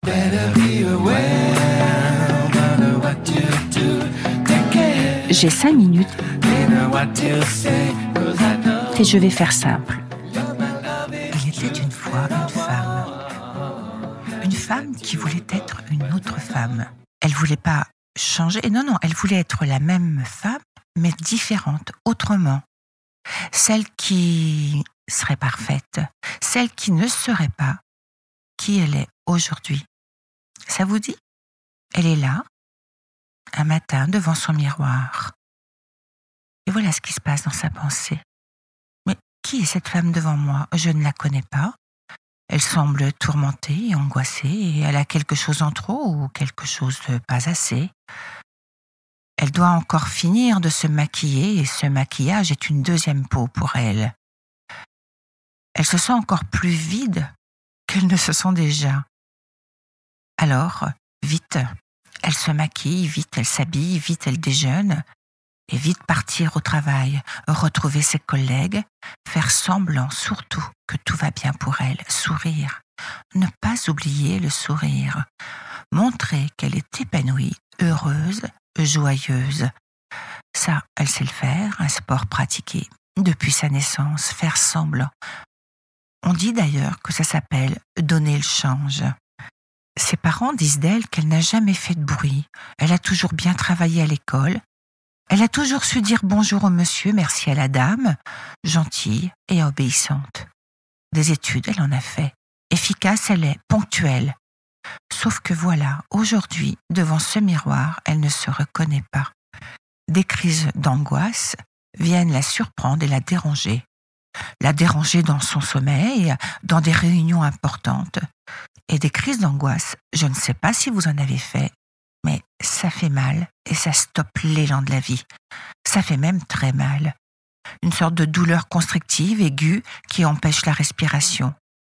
J'ai 5 minutes et je vais faire simple. Il était une fois une femme qui voulait être une autre femme. Elle voulait pas changer, non, elle voulait être la même femme, mais différente, autrement. Celle qui serait parfaite, celle qui ne serait pas qui elle est aujourd'hui. Ça vous dit ? Elle est là, un matin, devant son miroir. Et voilà ce qui se passe dans sa pensée. Mais qui est cette femme devant moi ? Je ne la connais pas. Elle semble tourmentée et angoissée, et elle a quelque chose en trop ou quelque chose de pas assez. Elle doit encore finir de se maquiller, et ce maquillage est une deuxième peau pour elle. Elle se sent encore plus vide qu'elle ne se sent déjà. Alors, vite, elle se maquille, vite elle s'habille, vite elle déjeune, et vite partir au travail, retrouver ses collègues, faire semblant surtout que tout va bien pour elle, sourire, ne pas oublier le sourire, montrer qu'elle est épanouie, heureuse, joyeuse. Ça, elle sait le faire, un sport pratiqué depuis sa naissance, faire semblant. On dit d'ailleurs que ça s'appelle donner le change. Ses parents disent d'elle qu'elle n'a jamais fait de bruit. Elle a toujours bien travaillé à l'école. Elle a toujours su dire bonjour au monsieur, merci à la dame, gentille et obéissante. Des études, elle en a fait. Efficace, elle est, ponctuelle. Sauf que voilà, aujourd'hui, devant ce miroir, elle ne se reconnaît pas. Des crises d'angoisse viennent la surprendre et la déranger. La déranger dans son sommeil, dans des réunions importantes. Et des crises d'angoisse, je ne sais pas si vous en avez fait, mais ça fait mal et ça stoppe l'élan de la vie. Ça fait même très mal. Une sorte de douleur constrictive, aiguë, qui empêche la respiration.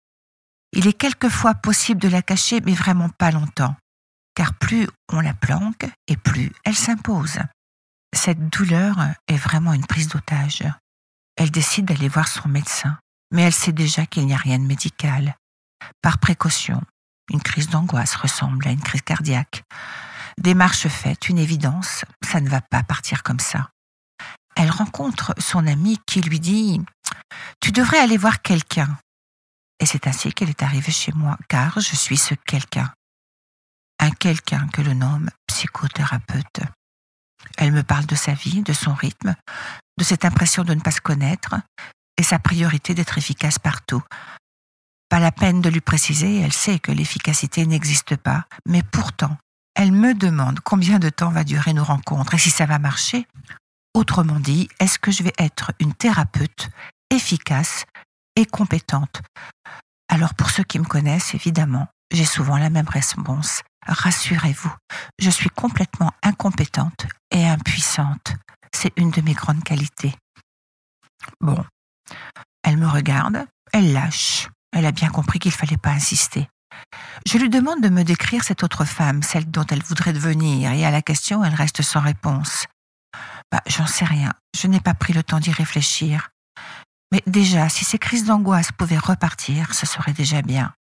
Il est quelquefois possible de la cacher, mais vraiment pas longtemps, car plus on la planque et plus elle s'impose. Cette douleur est vraiment une prise d'otage. Elle décide d'aller voir son médecin, mais elle sait déjà qu'il n'y a rien de médical. Par précaution, une crise d'angoisse ressemble à une crise cardiaque. Démarche faite, une évidence, ça ne va pas partir comme ça. Elle rencontre son ami qui lui dit « Tu devrais aller voir quelqu'un ». Et c'est ainsi qu'elle est arrivée chez moi, car je suis ce quelqu'un. Un quelqu'un que l'on nomme psychothérapeute. Elle me parle de sa vie, de son rythme, de cette impression de ne pas se connaître et sa priorité d'être efficace partout. Pas la peine de lui préciser, elle sait que l'efficacité n'existe pas, mais pourtant, elle me demande combien de temps va durer nos rencontres et si ça va marcher. Autrement dit, est-ce que je vais être une thérapeute efficace et compétente ? Alors pour ceux qui me connaissent, évidemment, j'ai souvent la même réponse. Rassurez-vous, je suis complètement incompétente et impuissante. C'est une de mes grandes qualités. Bon, elle me regarde, elle lâche. Elle a bien compris qu'il ne fallait pas insister. Je lui demande de me décrire cette autre femme, celle dont elle voudrait devenir, et à la question, elle reste sans réponse. J'en sais rien, je n'ai pas pris le temps d'y réfléchir. Mais déjà, si ces crises d'angoisse pouvaient repartir, ce serait déjà bien.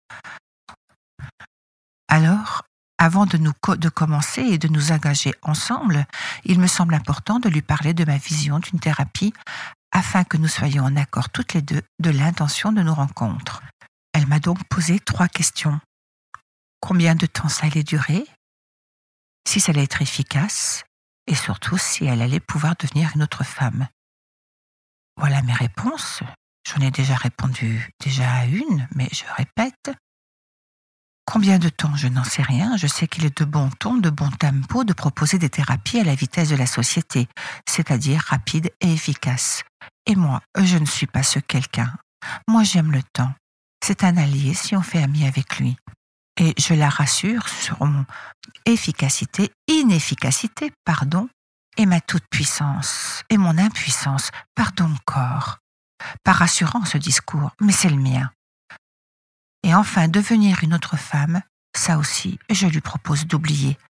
Alors, avant de commencer et de nous engager ensemble, il me semble important de lui parler de ma vision d'une thérapie afin que nous soyons en accord toutes les deux de l'intention de nos rencontres. Elle m'a donc posé 3 questions. Combien de temps ça allait durer ? Si ça allait être efficace ? Et surtout si elle allait pouvoir devenir une autre femme. Voilà mes réponses. J'en ai déjà répondu à une, mais je répète. Combien de temps ? Je n'en sais rien. Je sais qu'il est de bon ton, de bon tempo de proposer des thérapies à la vitesse de la société, c'est-à-dire rapide et efficace. Et moi, je ne suis pas ce quelqu'un. Moi, j'aime le temps. C'est un allié si on fait ami avec lui. Et je la rassure sur mon inefficacité, et ma toute-puissance, et mon impuissance, pardon encore. Pas rassurant ce discours, mais c'est le mien. Et enfin, devenir une autre femme, ça aussi, je lui propose d'oublier.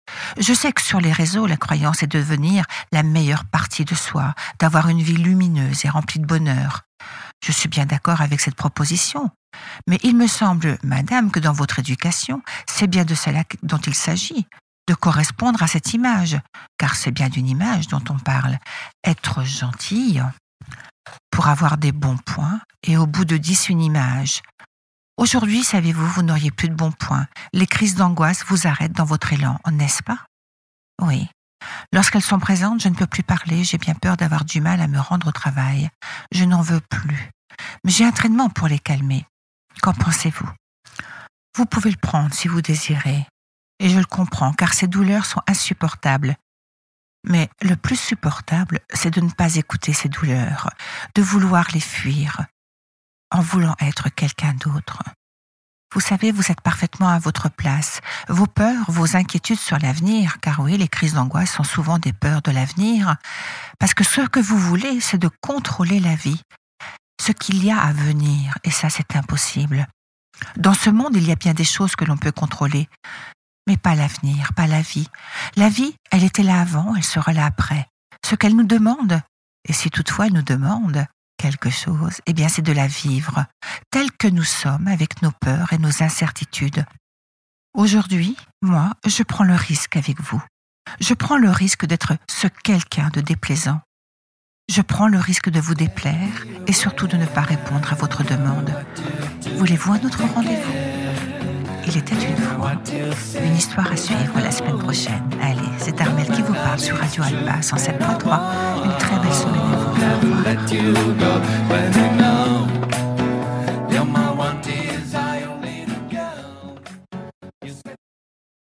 Je sais que sur les réseaux, la croyance est de devenir la meilleure partie de soi, d'avoir une vie lumineuse et remplie de bonheur. Je suis bien d'accord avec cette proposition. Mais il me semble, madame, que dans votre éducation, c'est bien de cela dont il s'agit, de correspondre à cette image, car c'est bien d'une image dont on parle. Être gentille pour avoir des bons points et au bout de 10 une image. Aujourd'hui, savez-vous, vous n'auriez plus de bons points. Les crises d'angoisse vous arrêtent dans votre élan, n'est-ce pas? Oui. Lorsqu'elles sont présentes, je ne peux plus parler, j'ai bien peur d'avoir du mal à me rendre au travail. Je n'en veux plus. Mais j'ai un traitement pour les calmer. Qu'en pensez-vous? Vous pouvez le prendre si vous désirez. Et je le comprends, car ces douleurs sont insupportables. Mais le plus supportable, c'est de ne pas écouter ces douleurs, de vouloir les fuir, en voulant être quelqu'un d'autre. Vous savez, vous êtes parfaitement à votre place. Vos peurs, vos inquiétudes sur l'avenir, car oui, les crises d'angoisse sont souvent des peurs de l'avenir, parce que ce que vous voulez, c'est de contrôler la vie, ce qu'il y a à venir, et ça, c'est impossible. Dans ce monde, il y a bien des choses que l'on peut contrôler, mais pas l'avenir, pas la vie. La vie, elle était là avant, elle sera là après. Ce qu'elle nous demande, et si toutefois elle nous demande quelque chose, eh bien c'est de la vivre, telle que nous sommes, avec nos peurs et nos incertitudes. Aujourd'hui, moi, je prends le risque avec vous. Je prends le risque d'être ce quelqu'un de déplaisant. Je prends le risque de vous déplaire et surtout de ne pas répondre à votre demande. Voulez-vous un autre rendez-vous? Il était une fois. Une histoire à suivre la semaine prochaine. Allez, c'est Armelle qui vous parle sur Radio Alpa 107.3. Une très belle semaine à vous. Au revoir.